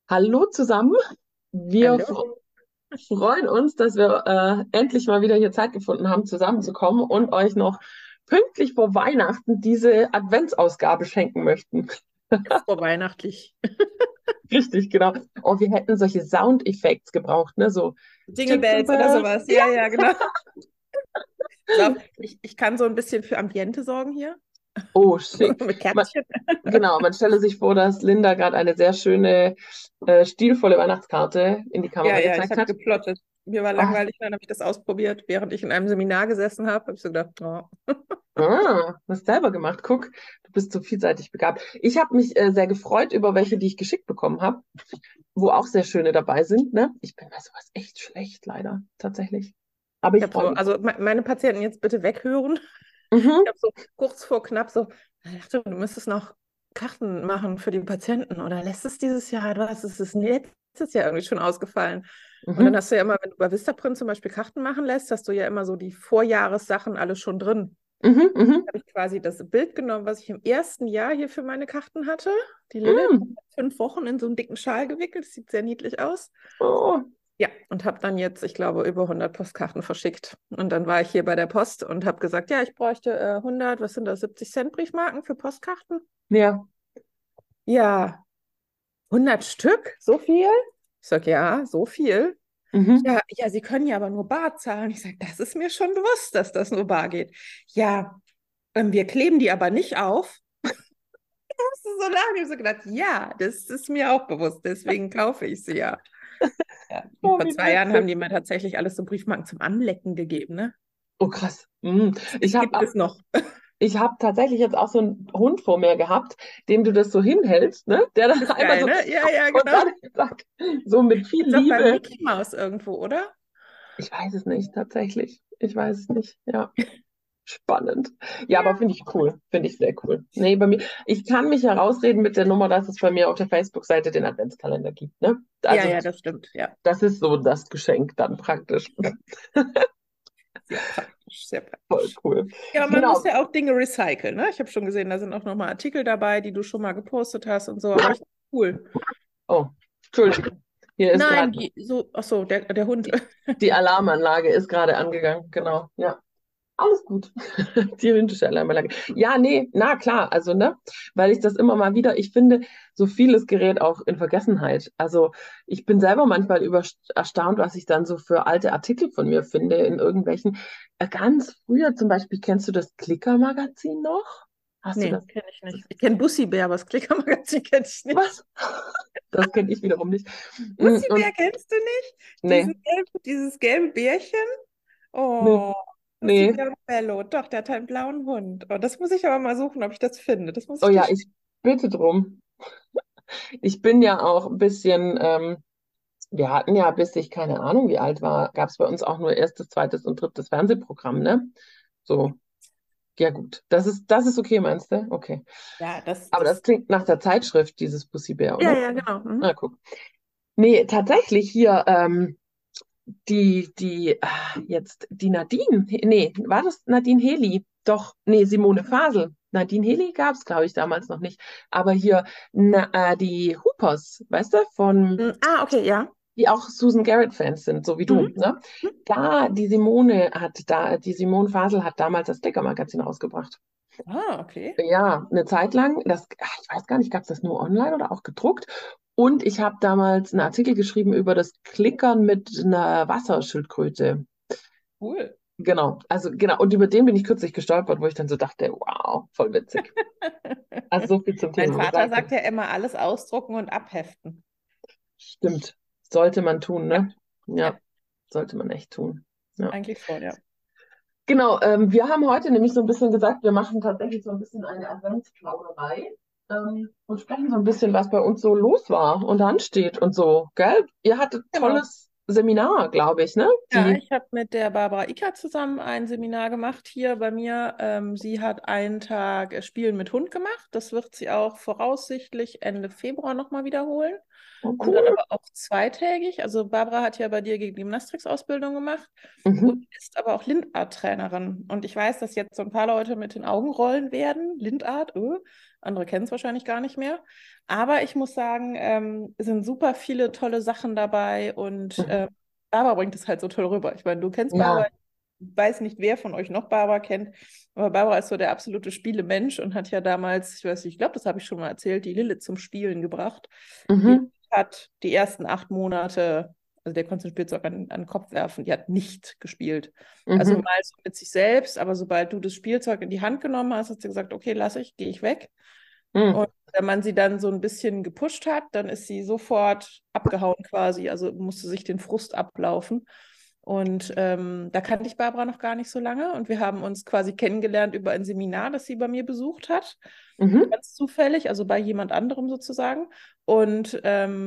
Hallo zusammen. Wir Hallo. freuen uns, dass wir endlich mal wieder hier Zeit gefunden haben, zusammenzukommen und euch noch pünktlich vor Weihnachten diese Adventsausgabe schenken möchten. Vorweihnachtlich. Richtig, genau. Und wir hätten solche Soundeffekte gebraucht, ne? So Jingle Jingle Bells oder Bells. sowas. Ja, ja, genau. So, ich kann so ein bisschen für Ambiente sorgen hier. Oh, schick. Mit Man, Kerzchen. genau, man stelle sich vor, dass Linda gerade eine sehr schöne, stilvolle Weihnachtskarte in die Ja, Kamera ja, ich gezeigt habe hat. geplottet. Mir war Oh, langweilig, dann habe ich das ausprobiert. Während ich in einem Seminar gesessen habe, habe ich so gedacht, oh. hast selber gemacht. Guck, du bist so vielseitig begabt. Ich habe mich sehr gefreut über welche, die ich geschickt bekommen habe, wo auch sehr schöne dabei sind. Ne? Ich bin bei sowas echt schlecht, leider, tatsächlich. Aber Ich ich habe freue so, mich. also meine Patienten jetzt bitte weghören. Mhm. Ich habe so kurz vor knapp so, ich dachte, du müsstest noch Karten machen für die Patienten oder lässt es dieses Jahr? Du hast es ist letztes Jahr irgendwie schon ausgefallen. Und dann Mhm. hast du ja immer, wenn du bei Vistaprint zum Beispiel Karten machen lässt, hast du ja immer so die Vorjahressachen alles schon drin. Mhm. Mhm. Habe ich quasi das Bild genommen, was ich im ersten Jahr hier für meine Karten hatte. Die Lilith hat Mhm. 5 Wochen in so einen dicken Schal gewickelt. Das sieht sehr niedlich aus. Oh. Ja, und habe dann jetzt, ich glaube, über 100 Postkarten verschickt. Und dann war ich hier bei der Post und habe gesagt, ja, ich bräuchte 100, was sind das, 70 Cent Briefmarken für Postkarten? Ja. Ja, 100 Stück? So viel? Ich sage, ja, so viel. Mhm. Ja, ja, Sie können ja aber nur bar zahlen. Ich sage, das ist mir schon bewusst, dass das nur bar geht. Ja, wir kleben die aber nicht auf. Ich musste so lachen. Ich habe so gedacht, ja, das ist mir auch bewusst, deswegen kaufe ich sie ja. Ja. Und Oh, vor wie 2 Jahren haben witzig. die mir tatsächlich alles so Briefmarken zum Anlecken gegeben, ne? Oh, krass. Mhm. Ich Das habe gibt es noch. ich hab tatsächlich jetzt auch so einen Hund vor mir gehabt, dem du das so hinhältst, ne? Der dann Ist einmal geil, so ne? Ja, ja, und genau. dann sagt, so mit viel Gibt's auch beim Liebe. Mickey Mouse irgendwo, oder? Ich weiß es nicht, tatsächlich. Ich weiß es nicht. Ja. Spannend. Ja, aber Ja. finde ich cool. Finde ich sehr cool. Nee, bei mir, ich kann mich herausreden mit der Nummer, dass es bei mir auf der Facebook-Seite den Adventskalender gibt, ne? Ja, Also, ja, das stimmt. Ja, das ist so das Geschenk dann praktisch. sehr praktisch, sehr Voll praktisch. cool. Ja, aber man muss Genau. ja auch Dinge recyceln, ne? Ich habe schon gesehen, da sind auch nochmal Artikel dabei, die du schon mal gepostet hast und so, aber richtig cool. Oh, Entschuldigung. Hier ist Nein, gerade die so, ach so, der Hund. die Alarmanlage ist gerade angegangen. Genau. Ja. Alles gut. Die hündische Alarmanlage. Ja, nee, na klar, also, ne, weil ich das immer mal wieder, ich finde, so vieles gerät auch in Vergessenheit. Also, ich bin selber manchmal erstaunt, was ich dann so für alte Artikel von mir finde in irgendwelchen. Ganz früher zum Beispiel, kennst du das Clicker-Magazin noch? Hast du Nee, das? kenne ich nicht. Ich kenne Bussi Bär, aber das Klickermagazin kenne ich nicht. Was? Das kenne ich wiederum nicht. Bussi Und Bär kennst du nicht? nee, Dieses gelbe Bärchen? nee, Oh, Bussi nee. Bär Bello. Doch, der hat einen blauen Hund. Oh, das muss ich aber mal suchen, ob ich das finde. Das muss Oh ich dir ja, schicken. ich bitte drum. Ich bin ja auch ein bisschen, wir hatten ja, bis ich keine Ahnung wie alt war, gab es bei uns auch nur erstes, zweites und drittes Fernsehprogramm, ne? So, ja gut. Das ist okay, meinst du? Okay. Ja, Aber das klingt nach der Zeitschrift, dieses Pussy Bär, ja, oder? ja, genau. Mhm. Na, guck. Nee, tatsächlich hier, jetzt die Nadine, nee, war das Nadine Heli? Doch, nee, Simone Fasel. Nadine Heli gab es, glaube ich, damals noch nicht. Aber hier, die Hoopers, weißt du, Ah, okay, ja. die auch Susan Garrett-Fans sind, so wie Mhm. du, ne? Die Simone Fasel hat damals das Decker-Magazin rausgebracht. Ah, okay. Ja, eine Zeit lang, ich weiß gar nicht, gab es das nur online oder auch gedruckt? Und ich habe damals einen Artikel geschrieben über das Klickern mit einer Wasserschildkröte. Cool. Genau, also genau, und über den bin ich kürzlich gestolpert, wo ich dann so dachte, wow, voll witzig. Also so viel zum Mein Thema Vater sagt Recycling. ja immer, alles ausdrucken und abheften. Stimmt, sollte man tun, Ja, ne? ja, Ja, sollte man echt tun. Ja. eigentlich schon, ja. Genau, wir haben heute nämlich so ein bisschen gesagt, wir machen tatsächlich so ein bisschen eine Adventsplauderei und sprechen so ein bisschen, was bei uns so los war und ansteht und so, gell? Ihr hattet Genau. tolles Seminar, glaube ich, ne? Ja, Die, ich habe mit der Barbara Icker zusammen ein Seminar gemacht hier bei mir. Sie hat einen Tag Spielen mit Hund gemacht. Das wird sie auch voraussichtlich Ende Februar nochmal wiederholen. oh, Und dann cool. aber auch zweitägig. Also Barbara hat ja bei dir Gymnastics-Ausbildung gemacht und Mhm. ist aber auch Lindart-Trainerin. Und ich weiß, dass jetzt so ein paar Leute mit den Augen rollen werden. Lindart, Andere kennen es wahrscheinlich gar nicht mehr. Aber ich muss sagen, es sind super viele tolle Sachen dabei und Mhm. Barbara bringt es halt so toll rüber. Ich meine, du kennst Barbara, Ja. ich weiß nicht, wer von euch noch Barbara kennt, aber Barbara ist so der absolute Spielemensch und hat ja damals, ich weiß nicht, ich glaube, das habe ich schon mal erzählt, die Lilith zum Spielen gebracht. Die Mhm. hat die ersten 8 Monate, also der konnte ein Spielzeug an den Kopf werfen, die hat nicht gespielt. Also Mhm. mal so mit sich selbst, aber sobald du das Spielzeug in die Hand genommen hast, hat sie gesagt, okay, lass ich, gehe ich weg. Mhm. Und wenn man sie dann so ein bisschen gepusht hat, dann ist sie sofort abgehauen quasi, also musste sich den Frust ablaufen. Und da kannte ich Barbara noch gar nicht so lange und wir haben uns quasi kennengelernt über ein Seminar, das sie bei mir besucht hat, Mhm. ganz zufällig, also bei jemand anderem sozusagen. Und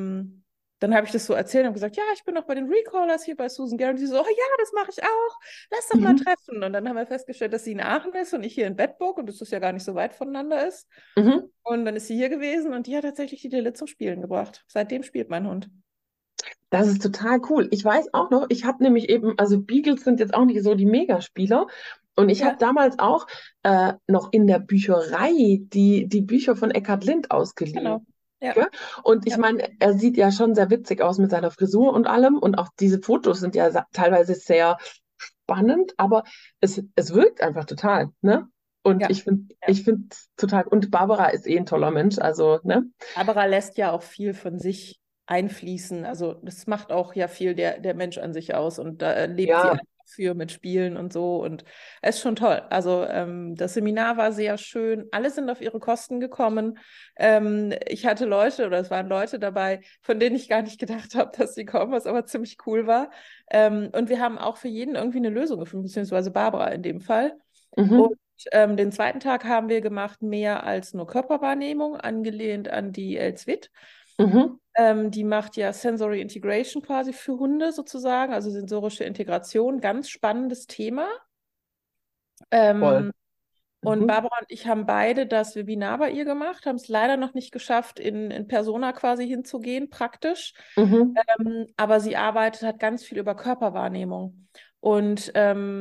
dann habe ich das so erzählt und gesagt, ja, ich bin noch bei den Recallers hier bei Susan Garrett. Und sie so, oh ja, das mache ich auch. Lass doch mal Mhm. treffen. Und dann haben wir festgestellt, dass sie in Aachen ist und ich hier in Bedburg und dass das ja gar nicht so weit voneinander ist. Mhm. Und dann ist sie hier gewesen und die hat tatsächlich die Lilith zum Spielen gebracht. Seitdem spielt mein Hund. Das ist total cool. Ich weiß auch noch, ich habe nämlich eben, also Beagles sind jetzt auch nicht so die Megaspieler. Und ich habe Ja, damals auch noch in der Bücherei die Bücher von Eckhard Lind ausgeliehen. genau. Ja, Gell? Und ich ja. meine, er sieht ja schon sehr witzig aus mit seiner Frisur und allem. Und auch diese Fotos sind ja teilweise sehr spannend, aber es wirkt einfach total, ne? Und Ja, ja. ich finde total, und Barbara ist eh ein toller Mensch, also, ne? Barbara lässt ja auch viel von sich einfließen. Also das macht auch ja viel der Mensch an sich aus und da lebt sie Ja. einfach für mit Spielen und so und es ist schon toll. Also das Seminar war sehr schön. Alle sind auf ihre Kosten gekommen. Ich hatte Leute oder es waren Leute dabei, von denen ich gar nicht gedacht habe, dass sie kommen, was aber ziemlich cool war. Und wir haben auch für jeden irgendwie eine Lösung gefunden, beziehungsweise Barbara in dem Fall. Und Mhm. den zweiten Tag haben wir gemacht mehr als nur Körperwahrnehmung, angelehnt an die Elswit. Mhm. Die macht ja Sensory Integration quasi für Hunde sozusagen, also sensorische Integration, ganz spannendes Thema. Voll. Ähm, und Mhm. Barbara und ich haben beide das Webinar bei ihr gemacht, haben es leider noch nicht geschafft, in Persona quasi hinzugehen, praktisch. Mhm. Aber sie arbeitet, hat ganz viel über Körperwahrnehmung. Und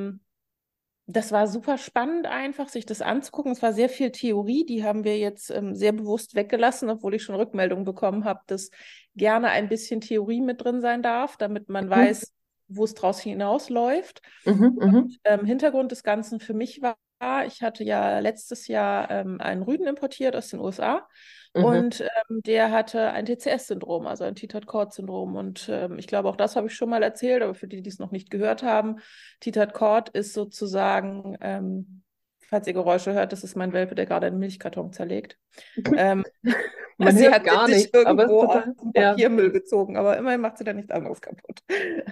das war super spannend, einfach sich das anzugucken. Es war sehr viel Theorie, die haben wir jetzt sehr bewusst weggelassen, obwohl ich schon Rückmeldungen bekommen habe, dass gerne ein bisschen Theorie mit drin sein darf, damit man Mhm. weiß, wo es draus hinausläuft. Mhm. Mhm. Hintergrund des Ganzen für mich war, ich hatte ja letztes Jahr einen Rüden importiert aus den USA Mhm. und der hatte ein TCS-Syndrom, also ein T-Tat-Cord-Syndrom. Und ich glaube, auch das habe ich schon mal erzählt, aber für die, die es noch nicht gehört haben, T-Tat-Cord ist sozusagen, falls ihr Geräusche hört, das ist mein Welpe, der gerade einen Milchkarton zerlegt. Ähm, Man Sie hört hat den gar sich nichts, aber es ist irgendwo aus total, dem ja. Papiermüll gezogen, aber immerhin macht sie da nichts anderes kaputt.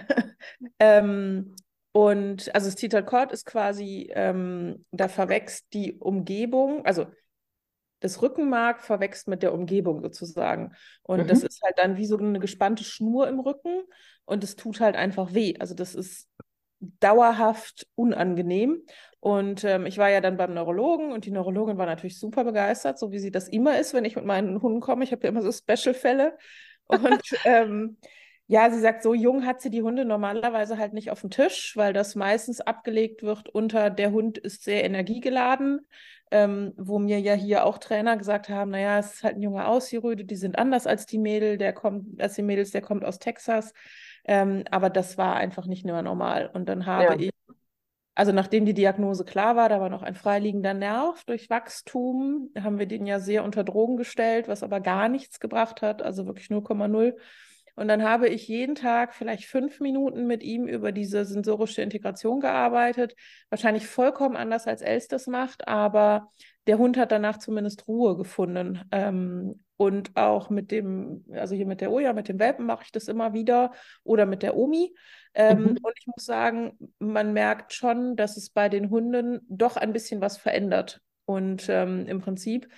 ähm, und also das Titelcord ist quasi, da verwächst die Umgebung, also das Rückenmark verwächst mit der Umgebung sozusagen. Und das Mhm. ist halt dann wie so eine gespannte Schnur im Rücken und es tut halt einfach weh. Also das ist dauerhaft unangenehm. Und ich war ja dann beim Neurologen und die Neurologin war natürlich super begeistert, so wie sie das immer ist, wenn ich mit meinen Hunden komme. Ich habe ja immer so Special-Fälle. Und ja, sie sagt, so jung hat sie die Hunde normalerweise halt nicht auf dem Tisch, weil das meistens abgelegt wird unter der Hund ist sehr energiegeladen. Wo mir ja hier auch Trainer gesagt haben, naja, es ist halt ein junger Ausgerüde, die sind anders als die Mädel, der kommt, als die Mädels, der kommt aus Texas. Aber das war einfach nicht mehr normal. Und dann habe Ja. ich, also nachdem die Diagnose klar war, da war noch ein freiliegender Nerv durch Wachstum, haben wir den ja sehr unter Drogen gestellt, was aber gar nichts gebracht hat, also wirklich 0,0. Und dann habe ich jeden Tag vielleicht 5 Minuten mit ihm über diese sensorische Integration gearbeitet. Wahrscheinlich vollkommen anders als Els das macht, aber der Hund hat danach zumindest Ruhe gefunden. Und auch mit dem, also hier mit der Oja, mit dem Welpen mache ich das immer wieder oder mit der Omi. Mhm. Und ich muss sagen, man merkt schon, dass es bei den Hunden doch ein bisschen was verändert. Und im Prinzip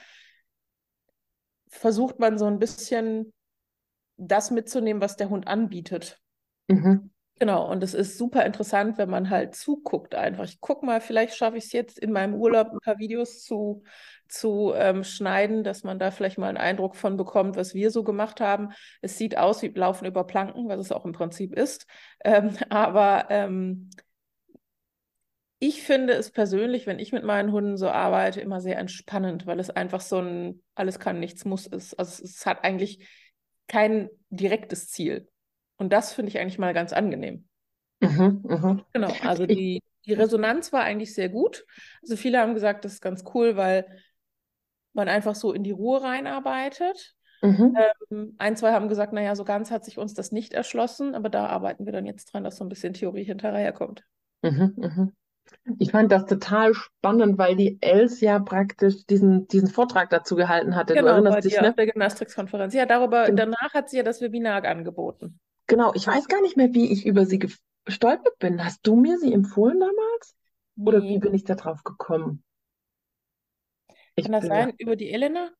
versucht man so ein bisschen das mitzunehmen, was der Hund anbietet. Mhm. Genau, und es ist super interessant, wenn man halt zuguckt einfach. Ich gucke mal, vielleicht schaffe ich es jetzt in meinem Urlaub ein paar Videos zu schneiden, dass man da vielleicht mal einen Eindruck von bekommt, was wir so gemacht haben. Es sieht aus wie Laufen über Planken, was es auch im Prinzip ist. Aber Ich finde es persönlich, wenn ich mit meinen Hunden so arbeite, immer sehr entspannend, weil es einfach so ein alles kann, nichts muss ist. Also es hat eigentlich kein direktes Ziel. Und das finde ich eigentlich mal ganz angenehm. Mhm, mhm. Genau, also Ich, die Resonanz war eigentlich sehr gut. Also viele haben gesagt, das ist ganz cool, weil man einfach so in die Ruhe reinarbeitet. mhm, Ein, zwei haben gesagt, naja, so ganz hat sich uns das nicht erschlossen, aber da arbeiten wir dann jetzt dran, dass so ein bisschen Theorie hinterherkommt. mhm, mhm. Ich fand das total spannend, weil die Els ja praktisch diesen Vortrag dazu gehalten hatte. Du Genau, bei erinnerst dich, dir auf ne? der Gymnastikskonferenz. Ja, darüber, Gen- danach hat sie ja das Webinar angeboten. Genau, ich weiß gar nicht mehr, wie ich über sie gestolpert bin. Hast du mir sie empfohlen damals? Oder wie Nee. bin ich da drauf gekommen? Kann Ich das bin mir, sein? Über die Elena?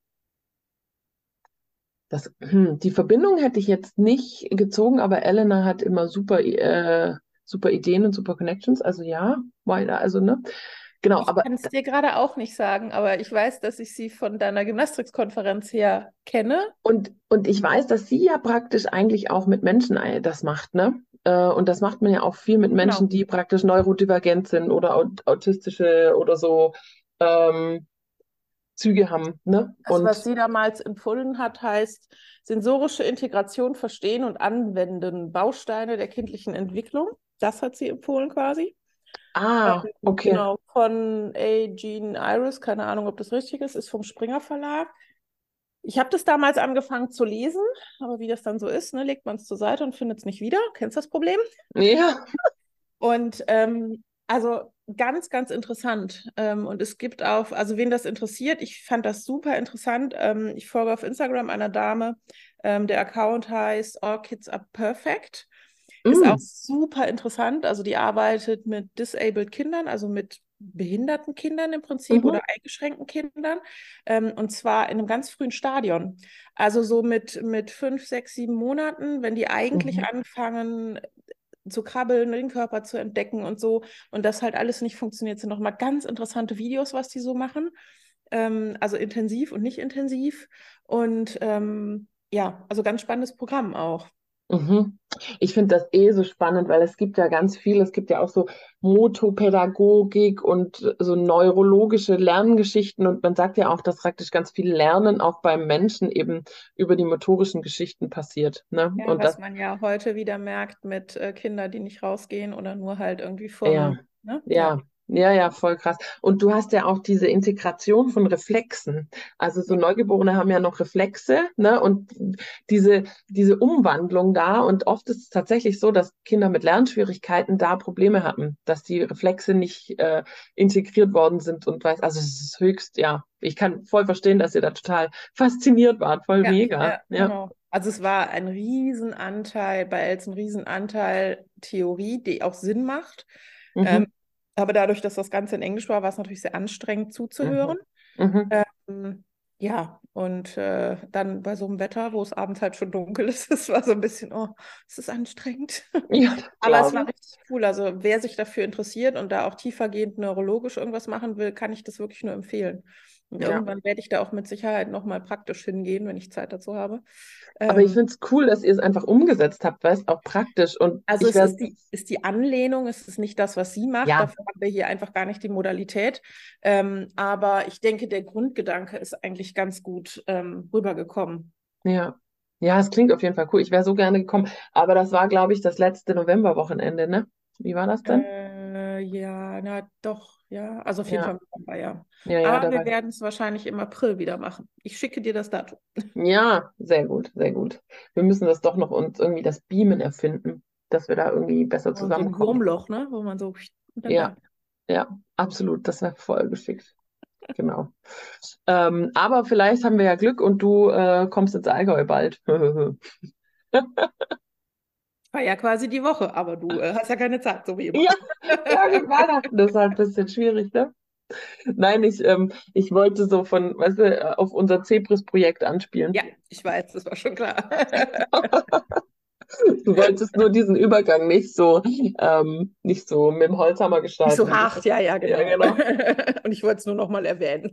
die Verbindung hätte ich jetzt nicht gezogen, aber Elena hat immer super Ideen und super Connections. Also ja, also ne? Genau, Ich aber kann es dir gerade auch nicht sagen, aber ich weiß, dass ich sie von deiner Gymnastikskonferenz her kenne. und ich weiß, dass sie ja praktisch eigentlich auch mit Menschen das macht, ne? Und das macht man ja auch viel mit Menschen, Genau. die praktisch neurodivergent sind oder autistische oder so ähm, Züge haben, ne? Das, was Und sie damals empfohlen hat, heißt sensorische Integration verstehen und anwenden, Bausteine der kindlichen Entwicklung. Das hat sie empfohlen quasi. okay. Genau, von A. Jean Iris, keine Ahnung, ob das richtig ist vom Springer Verlag. Ich habe das damals angefangen zu lesen, aber wie das dann so ist, ne, legt man es zur Seite und findet es nicht wieder. Kennst du das Problem? Ja. Und also ganz, ganz interessant. Und es gibt auch, also wen das interessiert, ich fand das super interessant. Ich folge auf Instagram einer Dame, der Account heißt All Kids Are Perfect. Ist auch Mm, super interessant. Also die arbeitet mit disabled Kindern, also mit behinderten Kindern im Prinzip oder mhm, eingeschränkten Kindern. Und zwar in einem ganz frühen Stadion. Also so mit 5, 6, 7 Monaten, wenn die eigentlich mhm, anfangen zu krabbeln, den Körper zu entdecken und so. Und das halt alles nicht funktioniert, sind nochmal ganz interessante Videos, was die so machen. Also intensiv und nicht intensiv. Und ja, also ganz spannendes Programm auch. mhm. Ich finde das eh so spannend, weil es gibt ja ganz viel. Es gibt ja auch so Motopädagogik und so neurologische Lerngeschichten. Und man sagt ja auch, dass praktisch ganz viel Lernen auch beim Menschen eben über die motorischen Geschichten passiert. Ne? Ja, Und was das, man ja heute wieder merkt mit Kindern, die nicht rausgehen oder nur halt irgendwie ja, ne? Ja. ja, voll krass. Und du hast ja auch diese Integration von Reflexen. Also so Ja, Neugeborene haben ja noch Reflexe, ne? Und diese Umwandlung da. Und oft ist es tatsächlich so, dass Kinder mit Lernschwierigkeiten da Probleme hatten, dass die Reflexe nicht integriert worden sind und weiß, also es ist höchst, ja, ich kann voll verstehen, dass ihr da total fasziniert wart, voll ja, mega. ja, Ja. genau. Also es war ein Riesenanteil, bei Els ein Riesenanteil Theorie, die auch Sinn macht. Ähm, Mhm. aber dadurch, dass das Ganze in Englisch war, war es natürlich sehr anstrengend zuzuhören. Mhm. Mhm. Ja, und dann bei so einem Wetter, wo es abends halt schon dunkel ist, es war so ein bisschen, oh, es ist anstrengend. Ja, das Aber es glaube war ich. richtig cool. Also wer sich dafür interessiert und da auch tiefergehend neurologisch irgendwas machen will, kann ich das wirklich nur empfehlen. Und Ja. irgendwann werde ich da auch mit Sicherheit nochmal praktisch hingehen, wenn ich Zeit dazu habe. Aber ich Ähm, finde es cool, dass ihr es einfach umgesetzt habt, weißt, auch praktisch. Und Also ich es werde, ist die Anlehnung, es ist nicht das, was sie macht. ja, Dafür haben wir hier einfach gar nicht die Modalität. Aber ich denke, der Grundgedanke ist eigentlich ganz gut rübergekommen. ja. Ja, es klingt auf jeden Fall cool. Ich wäre so gerne gekommen. Aber das war, glaube ich, das letzte Novemberwochenende, ne? Wie war das denn? Ja, na doch, ja. Also auf jeden Ja, Fall im November, ja. ja, Aber da wir war. werden es wahrscheinlich im April wieder machen. Ich schicke dir das Datum. Ja, sehr gut, sehr gut. Wir müssen das doch noch uns irgendwie das Beamen erfinden, dass wir da irgendwie besser Und so ein zusammenkommen. Wurmloch, ne? Wo man so und dann Ja, da. ja, absolut. Das wäre voll geschickt. Genau. Aber vielleicht haben wir ja Glück und du kommst ins Allgäu bald. War ja quasi die Woche, aber du hast ja keine Zeit, so wie immer. Ja, ja, gut, Weihnachten ist halt ein bisschen schwierig, ne? Nein, ich wollte so weißt du, auf unser Zebris-Projekt Ja, anspielen. ich weiß, das war schon klar. Du wolltest nur diesen Übergang nicht so mit dem Holzhammer Nicht so gestalten. hart, ja, ja, Ja, genau. genau. Und ich wollte es nur noch mal erwähnen.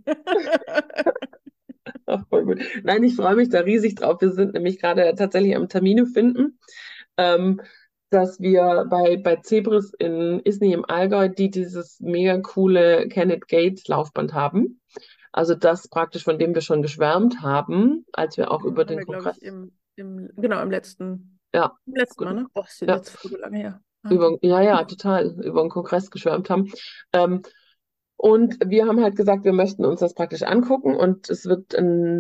Ach, voll gut. Nein, ich freue mich da riesig drauf. Wir sind nämlich gerade tatsächlich am Termine finden. Ähm, dass wir bei Zebris in Isny im Allgäu, die dieses mega coole Kenneth Gates Laufband haben. Also das praktisch, von dem wir schon geschwärmt haben, als wir auch Den über haben den wir, glaube ich, Kongress, genau, ja, im letzten Mal, gut, ne? Boah, ist die ja, letzte Folge lange her. über, Wahnsinn. ja, ja, total, über den Kongress geschwärmt haben. Ähm, und wir haben halt gesagt, wir möchten uns das praktisch angucken und es wird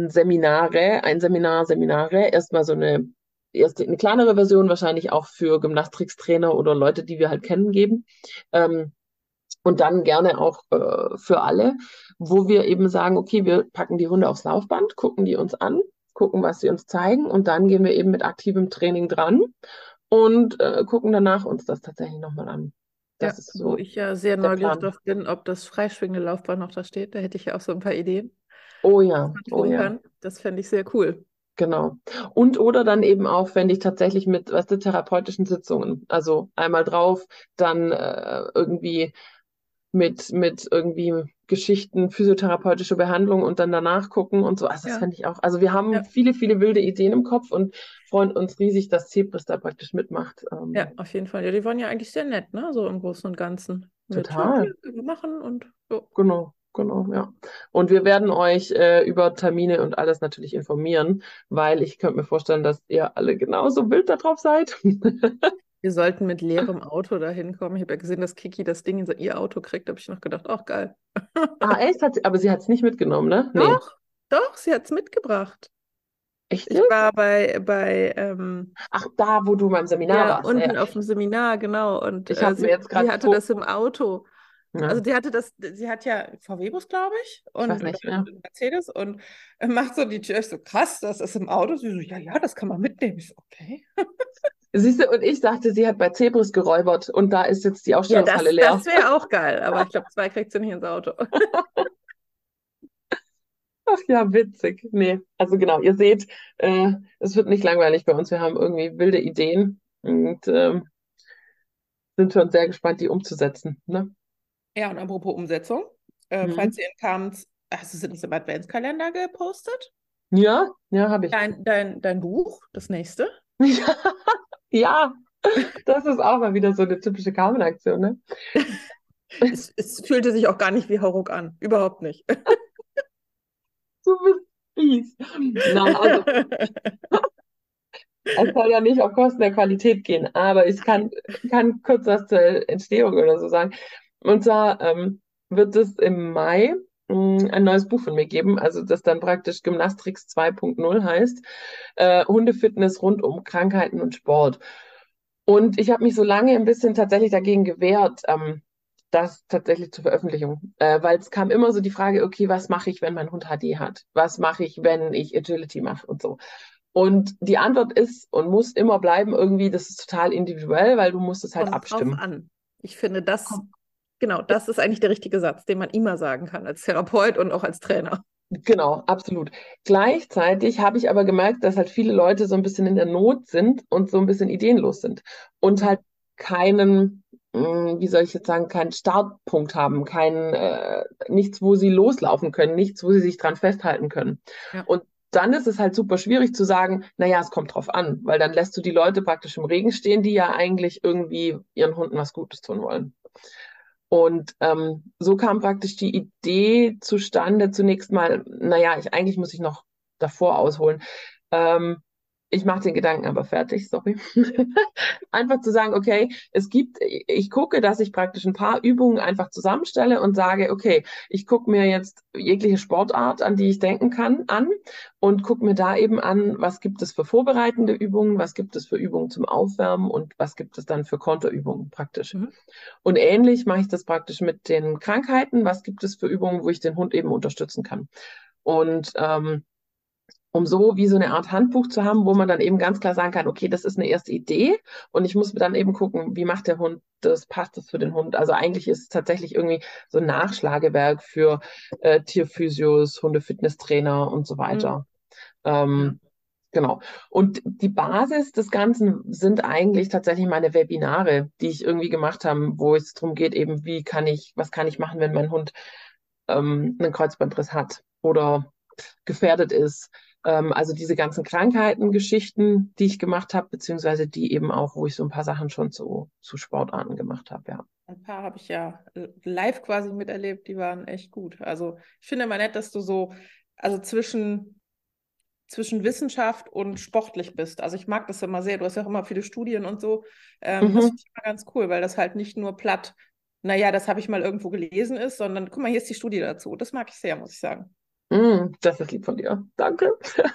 Seminare, erstmal so eine kleinere Version, wahrscheinlich auch für Gymnastiktrainer oder Leute, die wir halt kennen, geben. Ähm, und dann gerne auch für alle, wo wir eben sagen, okay, wir packen die Hunde aufs Laufband, gucken die uns an, gucken, was sie uns zeigen und dann gehen wir eben mit aktivem Training dran und gucken danach uns das tatsächlich nochmal an. Das Ja, ist wo so ich ja sehr der neugierig Plan. drauf bin, ob das freischwingende Laufband noch da steht. Da hätte ich ja auch so ein paar Ideen, Oh was ja, man oh tun ja. kann. Das fände ich sehr cool. Genau. Und oder dann eben auch, wenn ich tatsächlich mit, weißt du, therapeutischen Sitzungen, also einmal drauf, dann irgendwie mit irgendwie Geschichten, physiotherapeutische Behandlung und dann danach gucken und so. Also das Ja, fände ich auch. Also wir haben ja, viele, viele wilde Ideen im Kopf und freuen uns riesig, dass Zebris da praktisch mitmacht. ja, auf jeden Fall. Ja, die waren ja eigentlich sehr nett, ne? So im Großen und Ganzen. Mit, ja, Total. hier können wir machen und so. Genau, genau, ja. Und wir werden euch über Termine und alles natürlich informieren, weil ich könnte mir vorstellen, dass ihr alle genauso wild darauf seid. Wir sollten mit leerem Auto da hinkommen. Ich habe ja gesehen, dass Kiki das Ding in ihr Auto kriegt. Da habe ich noch gedacht, ach geil. Ah, echt? Aber sie hat es nicht mitgenommen, ne? Nee. Doch, doch, sie hat es mitgebracht. Echt Ich jetzt? war bei Ach, da, wo du beim Seminar ja, warst. Ja, ja. unten auf dem Seminar, genau. Und Ich habe mir jetzt sie gerade hatte das im Auto. ja, Also die hatte das, sie hat ja VW-Bus, glaube ich, ich weiß und oder nicht mehr. Mercedes und macht so die Tür. Ich so, krass, das ist im Auto. Sie so, ja, ja, das kann man mitnehmen. Ich so, okay. Siehst du, und ich dachte, sie hat bei Zebris geräubert und da ist jetzt die Ja, Ausstellungshalle das leer. wäre auch geil, aber ich glaube, zwei kriegt sie nicht ins Auto. Ach ja, witzig. Nee, also genau, ihr seht, es wird nicht langweilig bei uns. Wir haben irgendwie wilde Ideen und sind schon sehr gespannt, die umzusetzen. Ne? Ja, und apropos Umsetzung, falls Mhm. ihr in Kamenz, hast du es nicht im Adventskalender gepostet? Ja, ja, habe ich. Dein Buch, das nächste? Ja, das ist auch mal wieder so eine typische Carmen-Aktion, ne? Es fühlte sich auch gar nicht wie Hauruck an. Überhaupt nicht. Du bist fies. Nein, also es soll ja nicht auf Kosten der Qualität gehen, aber ich kann kurz was zur Entstehung oder so sagen. Und zwar wird es im Mai ein neues Buch von mir geben, also das dann praktisch Gymnastrix 2.0 heißt. Hundefitness rund um Krankheiten und Sport. Und ich habe mich so lange ein bisschen tatsächlich dagegen gewehrt, das tatsächlich zur Veröffentlichung, weil es kam immer so die Frage, okay, was mache ich, wenn mein Hund HD hat? Was mache ich, wenn ich Agility mache und so? Und die Antwort ist und muss immer bleiben irgendwie, das ist total individuell, weil du musst es halt Kommt drauf abstimmen. an. Ich finde, das, Komm. genau, das ist eigentlich der richtige Satz, den man immer sagen kann als Therapeut und auch als Trainer. Genau, absolut. Gleichzeitig habe ich aber gemerkt, dass halt viele Leute so ein bisschen in der Not sind und so ein bisschen ideenlos sind und Mhm. halt keinen, wie soll ich jetzt sagen, keinen Startpunkt haben, nichts, wo sie loslaufen können, nichts, wo sie sich dran festhalten können. Ja. Und dann ist es halt super schwierig zu sagen, naja, es kommt drauf an, weil dann lässt du die Leute praktisch im Regen stehen, die ja eigentlich irgendwie ihren Hunden was Gutes tun wollen. Und so kam praktisch die Idee zustande, zunächst mal, naja, eigentlich muss ich noch davor ausholen. Ähm, ich mache den Gedanken aber fertig, sorry. Einfach zu sagen, okay, ich gucke, dass ich praktisch ein paar Übungen einfach zusammenstelle und sage, okay, ich gucke mir jetzt jegliche Sportart, an die ich denken kann, an und gucke mir da eben an, was gibt es für vorbereitende Übungen, was gibt es für Übungen zum Aufwärmen und was gibt es dann für Konterübungen praktisch. Mhm. Und ähnlich mache ich das praktisch mit den Krankheiten. Was gibt es für Übungen, wo ich den Hund eben unterstützen kann? Und um so wie so eine Art Handbuch zu haben, wo man dann eben ganz klar sagen kann, okay, das ist eine erste Idee und ich muss dann eben gucken, wie macht der Hund das, passt das für den Hund? Also eigentlich ist es tatsächlich irgendwie so ein Nachschlagewerk für Tierphysios, Hundefitnesstrainer und so Mhm. weiter. Ja. Ähm, Genau. Und die Basis des Ganzen sind eigentlich tatsächlich meine Webinare, die ich irgendwie gemacht habe, wo es darum geht, eben, was kann ich machen, wenn mein Hund einen Kreuzbandriss hat oder gefährdet ist. Also diese ganzen Krankheiten-Geschichten, die ich gemacht habe, beziehungsweise die eben auch, wo ich so ein paar Sachen schon zu Sportarten gemacht habe, ja. Ein paar habe ich ja live quasi miterlebt, die waren echt gut. Also ich finde immer nett, dass du so, also zwischen Wissenschaft und sportlich bist. Also ich mag das immer sehr. Du hast ja auch immer viele Studien und so. Das Mhm. finde ich immer ganz cool, weil das halt nicht nur platt, naja, das habe ich mal irgendwo gelesen ist, sondern guck mal, hier ist die Studie dazu. Das mag ich sehr, muss ich sagen. Das ist lieb von dir. Danke.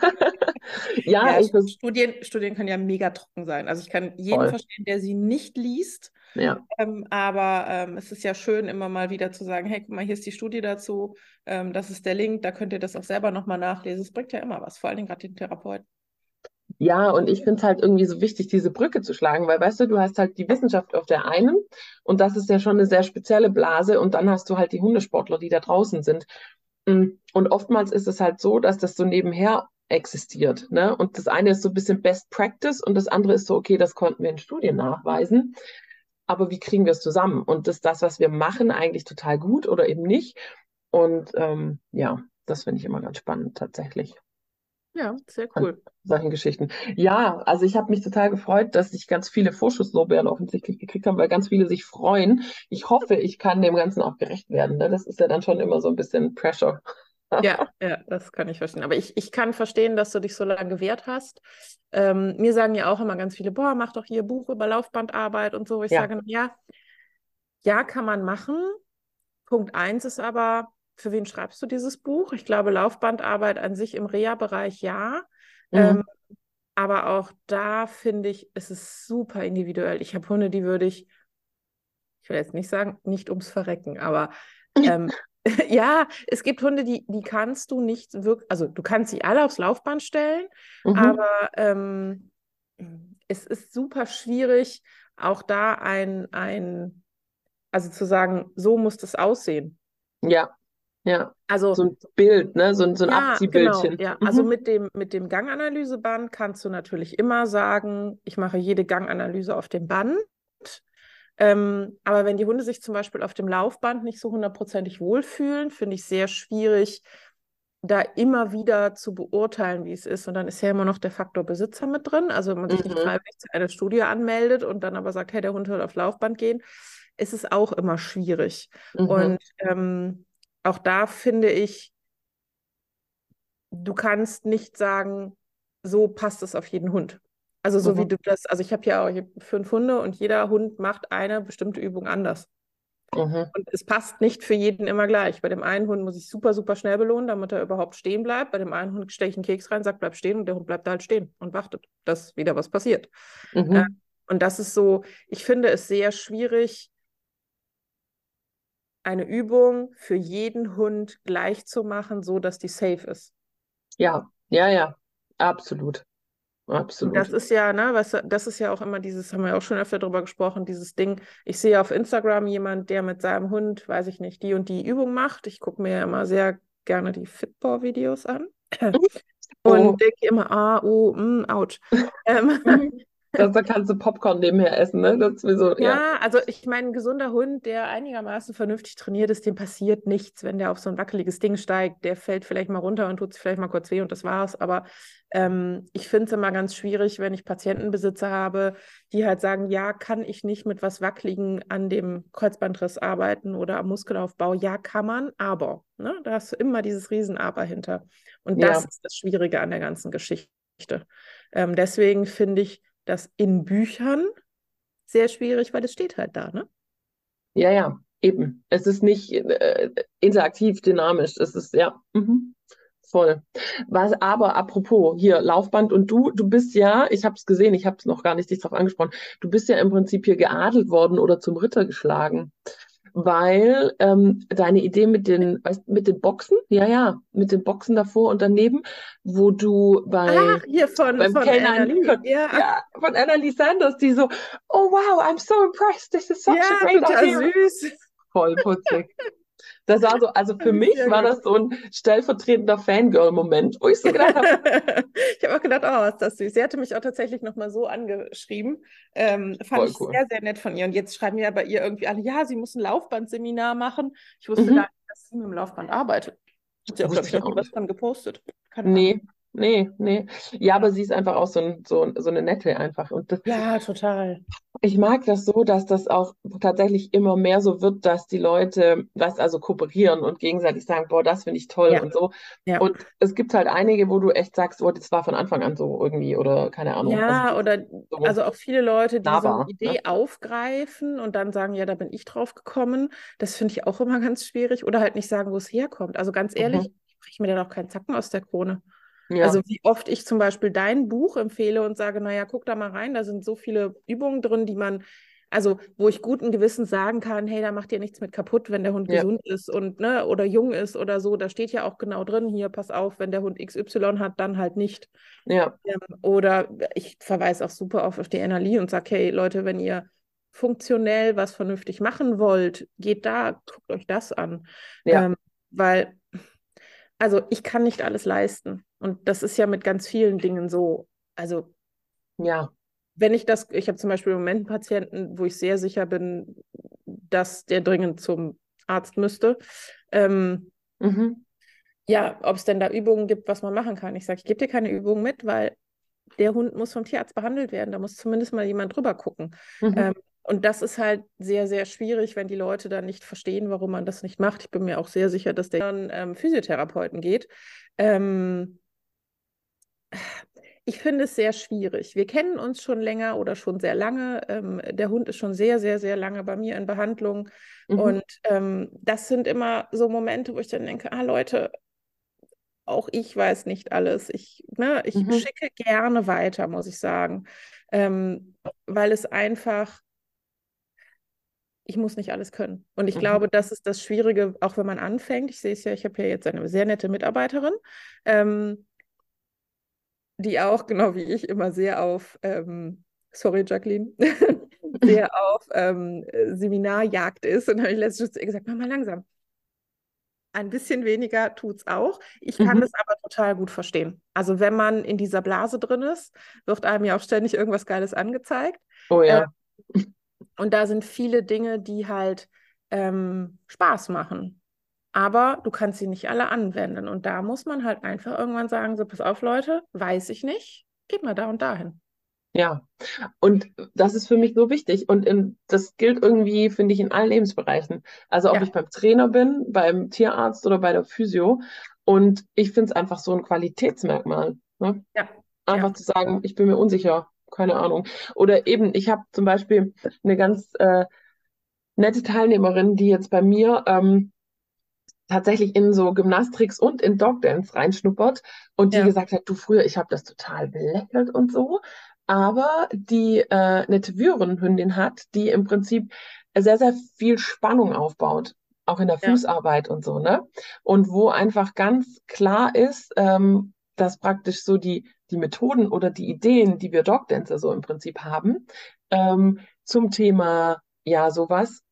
Ja, Ja, ich bin Studien können ja mega trocken sein. Also ich kann jeden voll. verstehen, der sie nicht liest. Ja. Aber es ist ja schön, immer mal wieder zu sagen, hey, guck mal, hier ist die Studie dazu, das ist der Link, da könnt ihr das auch selber nochmal nachlesen. Es bringt ja immer was, vor allen Dingen gerade den Therapeuten. Ja, und ich finde es halt irgendwie so wichtig, diese Brücke zu schlagen, weil weißt du, du hast halt die Wissenschaft auf der einen und das ist ja schon eine sehr spezielle Blase und dann hast du halt die Hundesportler, die da draußen sind. Und oftmals ist es halt so, dass das so nebenher existiert, ne? Und das eine ist so ein bisschen Best Practice und das andere ist so, okay, das konnten wir in Studien nachweisen, aber wie kriegen wir es zusammen? Und ist das, was wir machen, eigentlich total gut oder eben nicht? Und ja, das finde ich immer ganz spannend tatsächlich Ja, sehr an cool. solchen Geschichten. Ja, also ich habe mich total gefreut, dass ich ganz viele Vorschusslorbeeren offensichtlich gekriegt habe, weil ganz viele sich freuen. Ich hoffe, ich kann dem Ganzen auch gerecht werden. Ne? Das ist ja dann schon immer so ein bisschen Pressure. Ja, ja, das kann ich verstehen. Aber ich kann verstehen, dass du dich so lange gewehrt hast. Mir sagen ja auch immer ganz viele, boah, mach doch hier Buch über Laufbandarbeit und so. Ich Ja. sage, ja, ja, kann man machen. Punkt eins ist aber, für wen schreibst du dieses Buch? Ich glaube, Laufbandarbeit an sich im Reha-Bereich ja. Ähm, Mhm. aber auch da finde ich, ist es super individuell. Ich habe Hunde, die würde ich will jetzt nicht sagen, nicht ums Verrecken, aber ähm, ja, es gibt Hunde, die kannst du nicht wirklich, also du kannst sie alle aufs Laufband stellen, Mhm. aber es ist super schwierig, auch da also zu sagen, so muss das aussehen. Ja, ja. So Also ein Bild, ne? So ein ja, genau, Abziehbildchen. ja. Also Mhm. mit dem Ganganalyseband kannst du natürlich immer sagen, ich mache jede Ganganalyse auf dem Band. Aber wenn die Hunde sich zum Beispiel auf dem Laufband nicht so hundertprozentig wohlfühlen, finde ich sehr schwierig, da immer wieder zu beurteilen, wie es ist. Und dann ist ja immer noch der Faktor Besitzer mit drin. Also wenn man sich nicht Mhm. freiwillig zu einer Studie anmeldet und dann aber sagt, hey, der Hund soll auf Laufband gehen, ist es auch immer schwierig. Mhm. Und auch da finde ich, du kannst nicht sagen, so passt es auf jeden Hund. Also so wie Mhm. du das, also ich hab 5 Hunde und jeder Hund macht eine bestimmte Übung anders. Mhm. Und es passt nicht für jeden immer gleich. Bei dem einen Hund muss ich super, super schnell belohnen, damit er überhaupt stehen bleibt. Bei dem einen Hund stelle ich einen Keks rein, sage, bleib stehen und der Hund bleibt da halt stehen und wartet, dass wieder was passiert. Äh, Mhm. und das ist so, ich finde es sehr schwierig, eine Übung für jeden Hund gleich zu machen, so dass die safe ist. Ja, ja, ja. Absolut. Und das Absolut. ist ja, ne, das ist ja auch immer dieses, haben wir auch schon öfter darüber gesprochen, dieses Ding. Ich sehe auf Instagram jemand, der mit seinem Hund, weiß ich nicht, die und die Übung macht. Ich gucke mir ja immer sehr gerne die Fitball-Videos an Oh. und denke immer, ouch. Ähm, Mhm. Da kannst du Popcorn nebenher essen, ne? Das ist sowieso, ja. Ja, also ich meine, ein gesunder Hund, der einigermaßen vernünftig trainiert ist, dem passiert nichts, wenn der auf so ein wackeliges Ding steigt. Der fällt vielleicht mal runter und tut sich vielleicht mal kurz weh und das war's. Aber ich finde es immer ganz schwierig, wenn ich Patientenbesitzer habe, die halt sagen, ja, kann ich nicht mit was Wackeligen an dem Kreuzbandriss arbeiten oder am Muskelaufbau? Ja, kann man, aber. Ne, da hast du immer dieses Riesen-Aber hinter. Und das Ja, ist das Schwierige an der ganzen Geschichte. Deswegen finde ich das in Büchern sehr schwierig, weil es steht halt da, ne? ja, ja, eben. Es ist nicht interaktiv, dynamisch. Es ist, ja, voll. Was aber apropos hier Laufband und du bist ja, ich habe es gesehen, ich habe es noch gar nicht dich drauf angesprochen, du bist ja im Prinzip hier geadelt worden oder zum Ritter geschlagen, weil deine Idee mit den Boxen, ja, ja, mit den Boxen davor und daneben, wo du Ach, hier beim von Anna Canine Lee. Lincoln, Ja, ja, von Annalie Sanders, die so, oh wow, I'm so impressed, this is such a ja, great total idea. süß. Voll putzig. Das war so, also für Fand ich mich sehr war gut. das so ein stellvertretender Fangirl-Moment, wo ich so gedacht habe, Ich habe auch gedacht, oh, ist das süß. Sie hatte mich auch tatsächlich nochmal so angeschrieben. Fand voll ich cool. sehr, sehr nett von ihr. Und jetzt schreiben ja bei ihr irgendwie alle, ja, sie muss ein Laufbandseminar machen. Ich wusste gar Mhm. nicht, dass sie mit dem Laufband arbeitet. Hat sie auch, glaube Wusste ich, ich noch nie auch was nicht. von gepostet. Keine Ahnung. Nee. Nee, nee. Ja, aber sie ist einfach auch so eine Nette einfach. Und Ja, total. ich mag das so, dass das auch tatsächlich immer mehr so wird, dass die Leute, was also kooperieren und gegenseitig sagen, boah, das finde ich toll Ja, und so. ja. Und es gibt halt einige, wo du echt sagst, oh, das war von Anfang an so irgendwie oder keine Ahnung. Also Ja, oder so also auch viele Leute, die so eine nahbar, ne? Idee aufgreifen und dann sagen, ja, da bin ich drauf gekommen. Das finde ich auch immer ganz schwierig. Oder halt nicht sagen, wo es herkommt. Also ganz ehrlich, Mhm. ich breche mir da doch keinen Zacken aus der Krone. Also Ja, wie oft ich zum Beispiel dein Buch empfehle und sage, naja, guck da mal rein, da sind so viele Übungen drin, die man, also wo ich guten Gewissens sagen kann, hey, da macht ihr nichts mit kaputt, wenn der Hund ja, gesund ist und ne, oder jung ist oder so. Da steht ja auch genau drin, hier, pass auf, wenn der Hund XY hat, dann halt nicht. ja, Oder ich verweise auch super oft auf die NLI und sage, hey Leute, wenn ihr funktionell was vernünftig machen wollt, geht da, guckt euch das an. ja, Ähm, weil, also ich kann nicht alles leisten. Und das ist ja mit ganz vielen Dingen so. Also ja. wenn ich das, ich habe zum Beispiel im Moment einen Patienten, wo ich sehr sicher bin, dass der dringend zum Arzt müsste. Ähm, Mhm. ja, ob es denn da Übungen gibt, was man machen kann. Ich sage, ich gebe dir keine Übungen mit, weil der Hund muss vom Tierarzt behandelt werden. Da muss zumindest mal jemand drüber gucken. Mhm. Und das ist halt sehr, sehr schwierig, wenn die Leute dann nicht verstehen, warum man das nicht macht. Ich bin mir auch sehr sicher, dass der dann Physiotherapeuten geht. Ähm, Ich finde es sehr schwierig. Wir kennen uns schon länger oder schon sehr lange. Der Hund ist schon sehr, sehr, sehr lange bei mir in Behandlung. Mhm. Und das sind immer so Momente, wo ich dann denke, ah Leute, auch ich weiß nicht alles. Ich Mhm. schicke gerne weiter, muss ich sagen, weil es einfach, ich muss nicht alles können. Und ich Mhm. glaube, das ist das Schwierige, auch wenn man anfängt. Ich sehe es ja, ich habe ja jetzt eine sehr nette Mitarbeiterin, ähm, die auch, genau wie ich, immer sehr auf, sorry Jacqueline, sehr auf Seminarjagd ist. Und da habe ich letztens zu ihr gesagt, mach mal langsam. Ein bisschen weniger tut's auch. Ich kann Mhm. das aber total gut verstehen. Also wenn man in dieser Blase drin ist, wird einem ja auch ständig irgendwas Geiles angezeigt. Oh Äh, ja, und da sind viele Dinge, die halt Spaß machen. Aber du kannst sie nicht alle anwenden. Und da muss man halt einfach irgendwann sagen, so, pass auf, Leute, weiß ich nicht, geht mal da und dahin. ja. Und das ist für mich so wichtig. Und das gilt irgendwie, finde ich, in allen Lebensbereichen. Also ob ich Ja, beim Trainer bin, beim Tierarzt oder bei der Physio. Und ich finde es einfach so ein Qualitätsmerkmal. Ne? ja, Einfach ja, zu sagen, ich bin mir unsicher, keine Ahnung. Oder eben, ich habe zum Beispiel eine ganz nette Teilnehmerin, die jetzt bei mir tatsächlich in so Gymnastics und in Dogdance reinschnuppert und die ja, gesagt hat, du früher, ich habe das total belächelt und so, aber die eine Tervurenhündin hat, die im Prinzip sehr, sehr viel Spannung aufbaut, auch in der ja, Fußarbeit und so, ne? Und wo einfach ganz klar ist, dass praktisch so die Methoden oder die Ideen, die wir Dogdancer so im Prinzip haben, zum Thema, ja, sowas,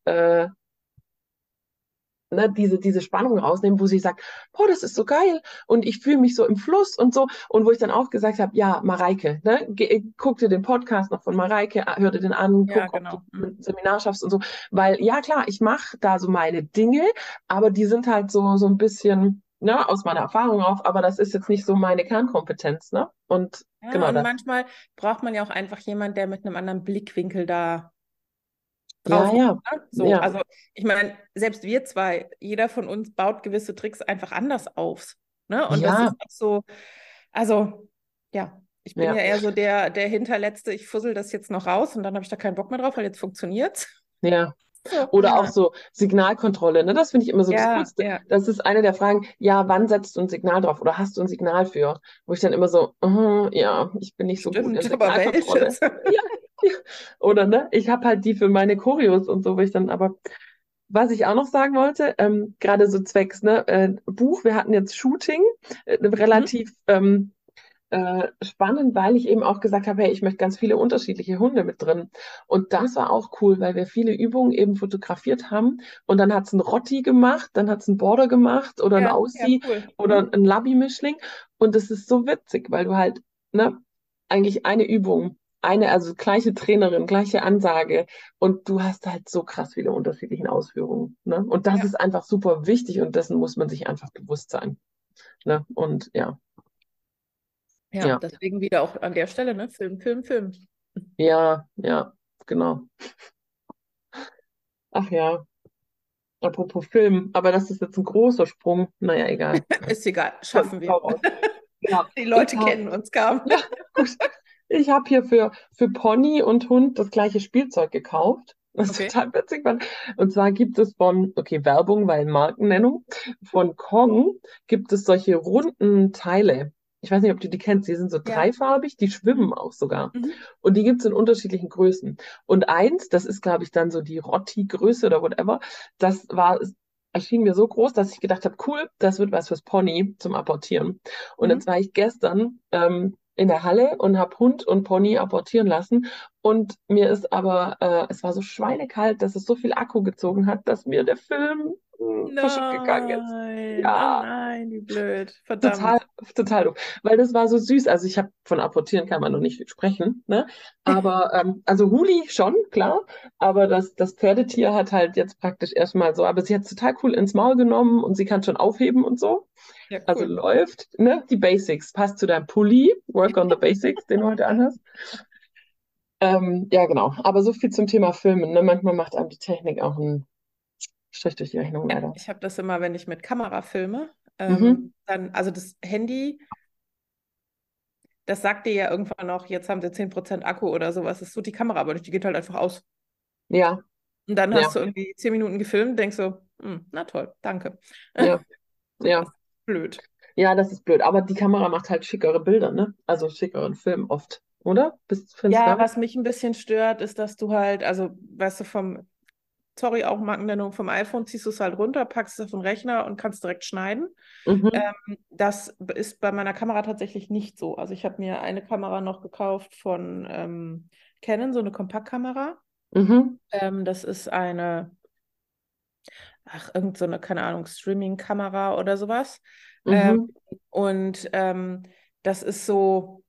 ne, diese Spannung rausnehmen, wo sie sagt, boah, das ist so geil und ich fühle mich so im Fluss und so. Und wo ich dann auch gesagt habe, ja, Mareike, ne, guck dir den Podcast noch von Mareike, hör dir den an, ja, guck, ob du genau. ein Mhm. Seminar schaffst und so. Weil, ja, klar, ich mache da so meine Dinge, aber die sind halt so ein bisschen, ne, aus meiner Erfahrung auch, aber das ist jetzt nicht so meine Kernkompetenz, ne? Und Ja, genau und das. manchmal braucht man ja auch einfach jemanden, der mit einem anderen Blickwinkel da Ja, drauf guckt. ja, Ne? So, ja, also ich meine, selbst wir zwei, jeder von uns baut gewisse Tricks einfach anders auf. Ne? Und das ist ja, auch so, also ja, ich bin ja ja, eher so der Hinterletzte, ich fussel das jetzt noch raus und dann habe ich da keinen Bock mehr drauf, weil jetzt funktioniert's. ja. So, Oder auch ja, so Signalkontrolle, ne? Das finde ich immer so das ja, Coolste. ja, Das ist eine der Fragen, ja, wann setzt du ein Signal drauf oder hast du ein Signal für? Wo ich dann immer so, ja, ich bin nicht so gut in stimmt, aber Signalkontrolle. welches? Ja, ja. Oder ne, ich habe halt die für meine Choreos und so, wo ich dann aber, was ich auch noch sagen wollte, gerade so zwecks, ne, Buch, wir hatten jetzt Shooting, Mhm. relativ spannend, weil ich eben auch gesagt habe, hey, ich möchte ganz viele unterschiedliche Hunde mit drin. Und das war auch cool, weil wir viele Übungen eben fotografiert haben. Und dann hat es ein Rotti gemacht, dann hat es ein Border gemacht oder ein Ja, ja, Aussie cool. oder Mhm. ein Labby-Mischling. Und das ist so witzig, weil du halt, ne, eigentlich eine Übung, also gleiche Trainerin, gleiche Ansage und du hast halt so krass viele unterschiedliche Ausführungen. Ne? Und das Ja. ist einfach super wichtig und dessen muss man sich einfach bewusst sein. Ne? Und ja. Ja, Ja, deswegen wieder auch an der Stelle, ne? Film, Film, Film. ja, ja, genau. Ach ja, apropos Film, aber das ist jetzt ein großer Sprung. Naja, egal. Ist egal, Hau schaffen wir. hau raus. Genau. Die Ich Leute habe, kennen uns kaum. ja, gut. Ich habe hier für Pony und Hund das gleiche Spielzeug gekauft. Das ist Okay. total witzig. Und zwar gibt es okay, Werbung, weil Markennennung, von Kong gibt es solche runden Teile. Ich weiß nicht, ob du die kennst. Die sind so Ja. dreifarbig, die schwimmen auch sogar. Mhm. Und die gibt es in unterschiedlichen Größen. Und eins, das ist, glaube ich, dann so die Rotti-Größe oder whatever, das erschien mir so groß, dass ich gedacht habe, cool, das wird was fürs Pony zum Apportieren. Und Mhm. jetzt war ich gestern in der Halle und habe Hund und Pony apportieren lassen. Und mir ist aber, es war so schweinekalt, dass es so viel Akku gezogen hat, dass mir der Film verschütt gegangen ist. Nein, oh Ja, nein, wie blöd. total, Verdammt. total doof. Weil das war so süß. Also ich habe von apportieren kann man noch nicht sprechen, ne? Aber also Huli schon, klar. Aber das Pferdetier hat halt jetzt praktisch erstmal so, aber sie hat es total cool ins Maul genommen und sie kann schon aufheben und so. Ja, Also cool. läuft, ne? Die Basics. Passt zu deinem Pulli. Work on the Basics, den du heute anhast. Ja, genau. Aber so viel zum Thema Filmen, ne? Manchmal macht einem die Technik auch einen Strich durch die Rechnung, Ja, leider. ich habe das immer, wenn ich mit Kamera filme. Mhm. Dann, also das Handy, das sagt dir ja irgendwann noch, jetzt haben sie 10% Akku oder sowas. Das tut die Kamera aber nicht, die geht halt einfach aus. Ja, Und dann ja, hast du irgendwie 10 Minuten gefilmt, denkst so, na toll, danke. ja, Das ja. ist blöd. Ja, das ist blöd. Aber die Kamera macht halt schickere Bilder, ne? Also schickeren Film oft, oder? Findest du Ja, gar nicht? was mich ein bisschen stört, ist, dass du halt, also weißt du, sorry, auch Markennennung vom iPhone, ziehst du es halt runter, packst es auf den Rechner und kannst direkt schneiden. Mhm. Das ist bei meiner Kamera tatsächlich nicht so. Also ich habe mir eine Kamera noch gekauft von Canon, so eine Kompaktkamera. Mhm. Das ist irgend so eine, keine Ahnung, Streaming-Kamera oder sowas. Ähm, Mhm. und das ist so,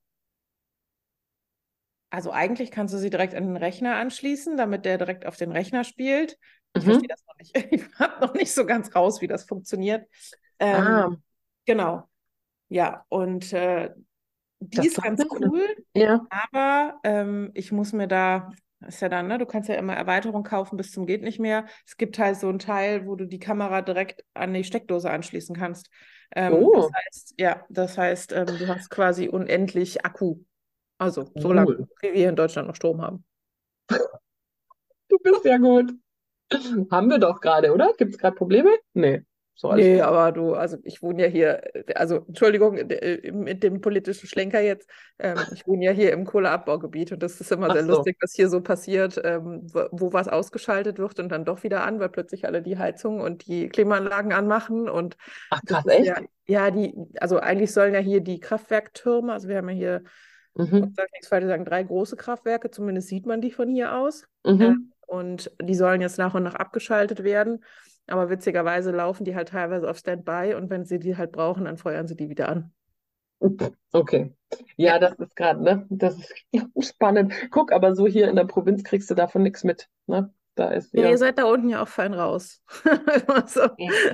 also eigentlich kannst du sie direkt an den Rechner anschließen, damit der direkt auf den Rechner spielt. Ich verstehe Mhm. das noch nicht. Ich habe noch nicht so ganz raus, wie das funktioniert. Ähm, Ah, genau, ja. Und die das ist klappt ganz nicht, ne? cool, Ja. aber ich muss mir da, ist ja dann, ne, du kannst ja immer Erweiterung kaufen bis zum geht nicht mehr. Es gibt halt so einen Teil, wo du die Kamera direkt an die Steckdose anschließen kannst. Das Oh, heißt, ja, das heißt, du hast quasi unendlich Akku. Also so lange, cool. wie wir hier in Deutschland noch Strom haben. Du bist ja gut. Haben wir doch gerade, oder? Gibt es gerade Probleme? Nee, so alles Nee, gut. aber du, also ich wohne ja hier, also Entschuldigung, mit dem politischen Schlenker jetzt, ich wohne ja hier im Kohleabbaugebiet und das ist immer Ach sehr so. lustig, was hier so passiert, wo was ausgeschaltet wird und dann doch wieder an, weil plötzlich alle die Heizung und die Klimaanlagen anmachen und Ach das krass, ist ja, echt? ja, also eigentlich sollen ja hier die Kraftwerktürme, also wir haben ja hier, Gott Mhm. sag nichts falsch sagen, 3 große Kraftwerke, zumindest sieht man die von hier aus. Mhm. Und die sollen jetzt nach und nach abgeschaltet werden. Aber witzigerweise laufen die halt teilweise auf Standby und wenn sie die halt brauchen, dann feuern sie die wieder an. Okay. Ja. Ja, das ist gerade, ne? Das ist spannend. Guck, aber so hier in der Provinz kriegst du davon nichts mit, ne? Da ist Ja, ihr ja. seid da unten ja auch fein raus. Also,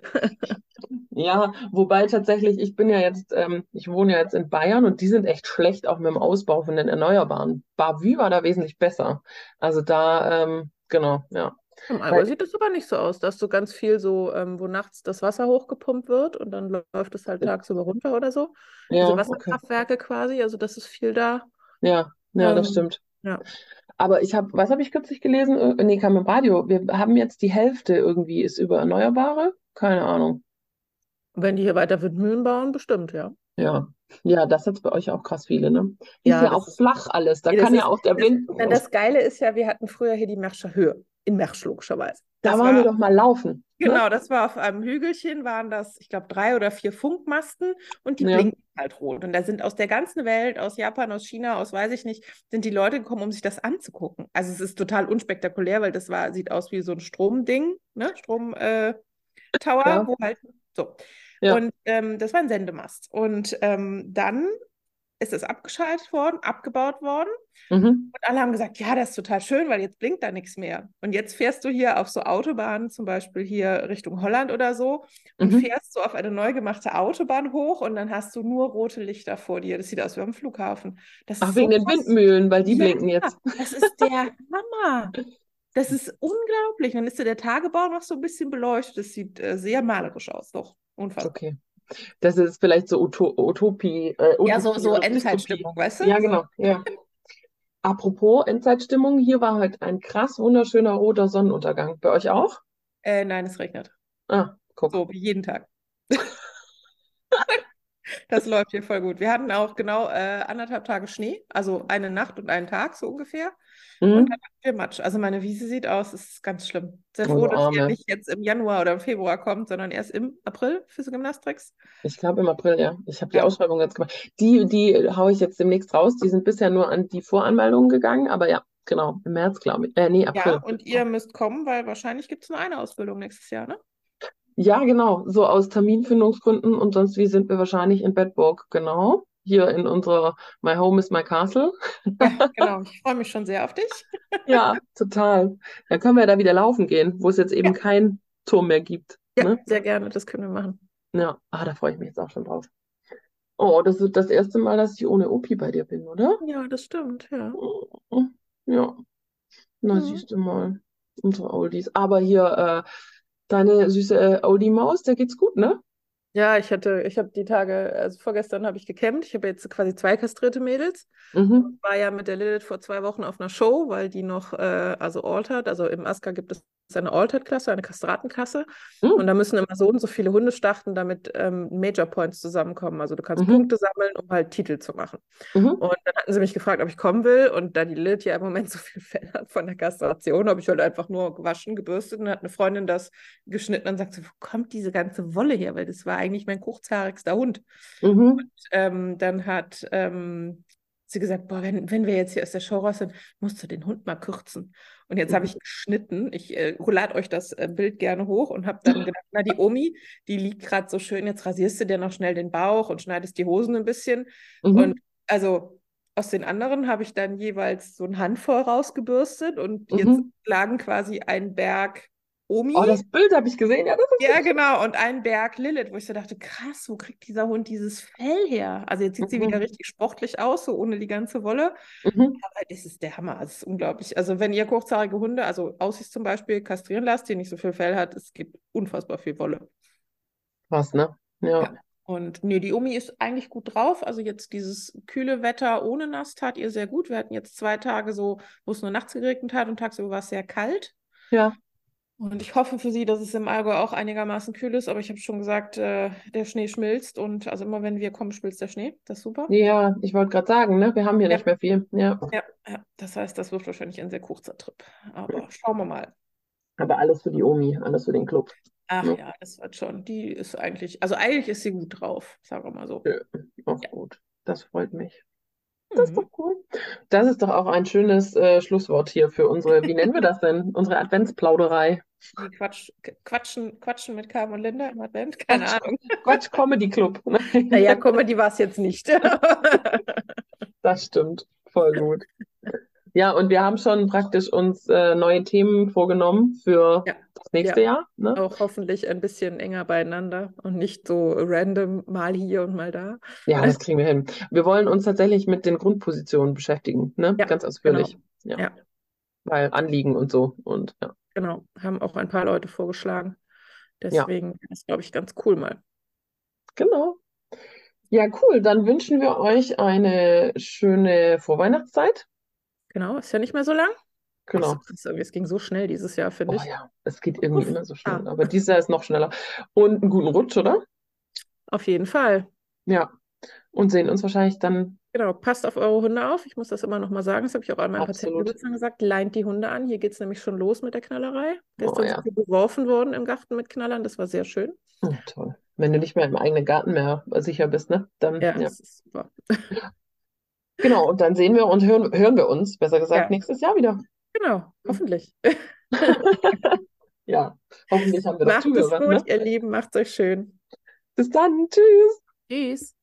Ja, wobei tatsächlich, ich wohne ja jetzt in Bayern und die sind echt schlecht auch mit dem Ausbau von den Erneuerbaren. Bavü war da wesentlich besser. Also da, genau, ja. im Weil, Allgäu sieht das aber nicht so aus. Da hast du ganz viel so, wo nachts das Wasser hochgepumpt wird und dann läuft es halt tagsüber runter oder so. Diese ja, okay. Wasserkraftwerke quasi, also das ist viel da. Ja, ja, das Ähm, stimmt. ja. Aber was habe ich kürzlich gelesen? Nee, kam im Radio. Wir haben jetzt die Hälfte irgendwie ist über Erneuerbare. Keine Ahnung. Wenn die hier weiter Windmühlen bauen, bestimmt, ja. Ja. Ja, das hat bei euch auch krass viele, ne? Hier ist Ja, ja das auch ist. flach alles. Da Nee, das kann ja ist, auch der das, Wind. na, das Geile ist ja, wir hatten früher hier die Merscher Höhe, in Mersch logischerweise. Da Das waren wir war, doch mal laufen, ne? genau, das war auf einem Hügelchen, waren das, ich glaube, 3 oder 4 Funkmasten und die Ja, blinken halt rot. Und da sind aus der ganzen Welt, aus Japan, aus China, aus weiß ich nicht, sind die Leute gekommen, um sich das anzugucken. Also es ist total unspektakulär, weil sieht aus wie so ein Stromding, ne? Tower, klar. wo halt so. Ja. Und das war ein Sendemast. Und dann ist es abgeschaltet worden, abgebaut worden. Mhm. Und alle haben gesagt, ja, das ist total schön, weil jetzt blinkt da nichts mehr. Und jetzt fährst du hier auf so Autobahnen, zum Beispiel hier Richtung Holland oder so, und Mhm. fährst so auf eine neu gemachte Autobahn hoch und dann hast du nur rote Lichter vor dir. Das sieht aus wie am Flughafen. Das Ach, ist so wegen den krass. Windmühlen, weil die Ja, blinken jetzt. das ist der Hammer. Das ist unglaublich. Dann ist ja der Tagebau noch so ein bisschen beleuchtet. Das sieht sehr malerisch aus. Doch, unfassbar. Okay. Das ist vielleicht so Utopie, Ja, Utopie so oder Dystopie. Endzeitstimmung, weißt du? Ja, genau. Ja. Apropos Endzeitstimmung, hier war heute ein krass wunderschöner roter Sonnenuntergang. Bei euch auch? Nein, es regnet. Ah, guck. So wie jeden Tag. Das läuft hier voll gut. Wir hatten auch genau 1,5 Tage Schnee, also eine Nacht und einen Tag so ungefähr. Und dann Mhm. hatten wir Matsch. Also meine Wiese sieht aus, es ist ganz schlimm. Sehr Oh, froh, du dass ihr Arme. nicht jetzt im Januar oder im Februar kommt, sondern erst im April für so Gymnastics. Ich glaube im April, ja. Ich habe die Ja. Ausschreibung jetzt gemacht. Die haue ich jetzt demnächst raus. Die sind bisher nur an die Voranmeldungen gegangen, aber ja, genau, im März, glaube ich. Nee, Ja, April. und ihr müsst kommen, weil wahrscheinlich gibt es nur eine Ausbildung nächstes Jahr, ne? Ja, genau. So aus Terminfindungsgründen und sonst wie sind wir wahrscheinlich in Bedburg, genau. Hier in unserer My Home is my Castle. Ja, genau. Ich freue mich schon sehr auf dich. Ja, total. Dann können wir da wieder laufen gehen, wo es jetzt eben Ja, keinen Turm mehr gibt. ja, Ne? sehr gerne. Das können wir machen. Ja, da freue ich mich jetzt auch schon drauf. Oh, das ist das erste Mal, dass ich ohne Opi bei dir bin, oder? Ja, das stimmt, ja. Ja, na Mhm. siehst du mal, unsere Oldies. Aber hier, deine süße Oldie-Maus, der geht's gut, ne? Ja, ich habe die Tage, also vorgestern habe ich gecampt. Ich habe jetzt quasi 2 kastrierte Mädels. Mhm, War ja mit der Lilith vor 2 Wochen auf einer Show, weil die noch, also Altered, also im ASCA gibt es eine Altered-Klasse, eine Kastratenklasse. Und mhm, da müssen immer so und so viele Hunde starten, damit Major Points zusammenkommen. Also du kannst mhm, Punkte sammeln, um halt Titel zu machen. mhm, Und dann hatten sie mich gefragt, ob ich kommen will. Und da die Lilith ja im Moment so viel Fell hat von der Kastration, habe ich halt einfach nur gewaschen, gebürstet. Und dann hat eine Freundin das geschnitten und sagt so, wo kommt diese ganze Wolle her? Weil das war eigentlich mein kurzhaarigster Hund. mhm, Dann hat sie gesagt, boah, wenn wir jetzt hier aus der Show raus sind, musst du den Hund mal kürzen. Und jetzt habe mhm, ich geschnitten. Ich lade euch das Bild gerne hoch und habe dann gedacht, na, die Omi, die liegt gerade so schön, jetzt rasierst du dir noch schnell den Bauch und schneidest die Hosen ein bisschen. Und mhm, also aus den anderen habe ich dann jeweils so ein Handvoll rausgebürstet und jetzt mhm. lagen quasi ein Berg Omi. Oh, das Bild habe ich gesehen, ja, das ist Ja, süß. genau. Und ein Berg Lilith, wo ich so dachte, krass, wo kriegt dieser Hund dieses Fell her? Also jetzt sieht sie wieder Mhm, richtig sportlich aus, so ohne die ganze Wolle. mhm. Aber das ist der Hammer, das ist unglaublich. Also wenn ihr kurzhaarige Hunde, also Aussies zum Beispiel, kastrieren lasst, die nicht so viel Fell hat, es gibt unfassbar viel Wolle. Krass, ne? Ja. Ja. Und nee, die Omi ist eigentlich gut drauf. Also jetzt dieses kühle Wetter ohne Nass tat ihr sehr gut. Wir hatten jetzt 2 Tage so, wo es nur nachts geregnet hat und tagsüber war es sehr kalt. Ja. Und ich hoffe für sie, dass es im Allgäu auch einigermaßen kühl ist, aber ich habe schon gesagt, der Schnee schmilzt und also immer wenn wir kommen, schmilzt der Schnee. Das ist super. Ja, ich wollte gerade sagen, ne? Wir haben hier Ja, nicht mehr viel. Ja. ja, ja. Das heißt, das wird wahrscheinlich ein sehr kurzer Trip. Aber schauen wir mal. Aber alles für die Omi, alles für den Club. Ach Ne? ja, das wird schon. Die ist eigentlich, also eigentlich ist sie gut drauf, sagen wir mal so. Ja, auch Ja. gut. Das freut mich. Das ist Mhm. doch cool. Das ist doch auch ein schönes Schlusswort hier für unsere, wie nennen wir das denn? Unsere Adventsplauderei. Die Quatschen mit Carmen und Linda im Advent? Keine Quatsch, Ahnung. Quatsch Comedy Club. Naja, Comedy war es jetzt nicht. Das stimmt. Voll gut. Ja, und wir haben schon praktisch uns neue Themen vorgenommen für Ja, das nächste ja. Jahr. Ne? Auch hoffentlich ein bisschen enger beieinander und nicht so random mal hier und mal da. Ja, das kriegen wir hin. Wir wollen uns tatsächlich mit den Grundpositionen beschäftigen, ne? Ja, Ganz genau. ausführlich. Ja, Ja, weil Anliegen und so. Und ja. genau. Haben auch ein paar Leute vorgeschlagen. Ja, Deswegen ist es, glaube ich, ganz cool mal. genau. Ja, cool. Dann wünschen wir euch eine schöne Vorweihnachtszeit. Genau, ist ja nicht mehr so lang. Ach so, Genau. krass, irgendwie, es ging so schnell dieses Jahr, finde Oh ich. ja, es geht irgendwie Uff. immer so schnell. Ah, Aber dieses Jahr ist noch schneller. Und einen guten Rutsch, oder? auf jeden Fall. Ja. Und sehen uns wahrscheinlich dann Genau, passt auf eure Hunde auf. Ich muss das immer noch mal sagen. Das habe ich auch an meinen absolut. Patientenbesitzern gesagt. Leint die Hunde an. Hier geht es nämlich schon los mit der Knallerei. Oh Gestern sind ja. sie beworfen worden im Garten mit Knallern. Das war sehr schön. Oh, toll. Wenn du nicht mehr im eigenen Garten mehr sicher bist, ne? Dann, Ja, ja. das ist super. Genau, und dann sehen wir und hören wir uns, besser gesagt, Ja, nächstes Jahr wieder. genau, hoffentlich. Ja, hoffentlich haben wir doch Macht es Zuhörer, gut, ne? ihr Lieben. Macht's euch schön. Bis dann, tschüss. Tschüss.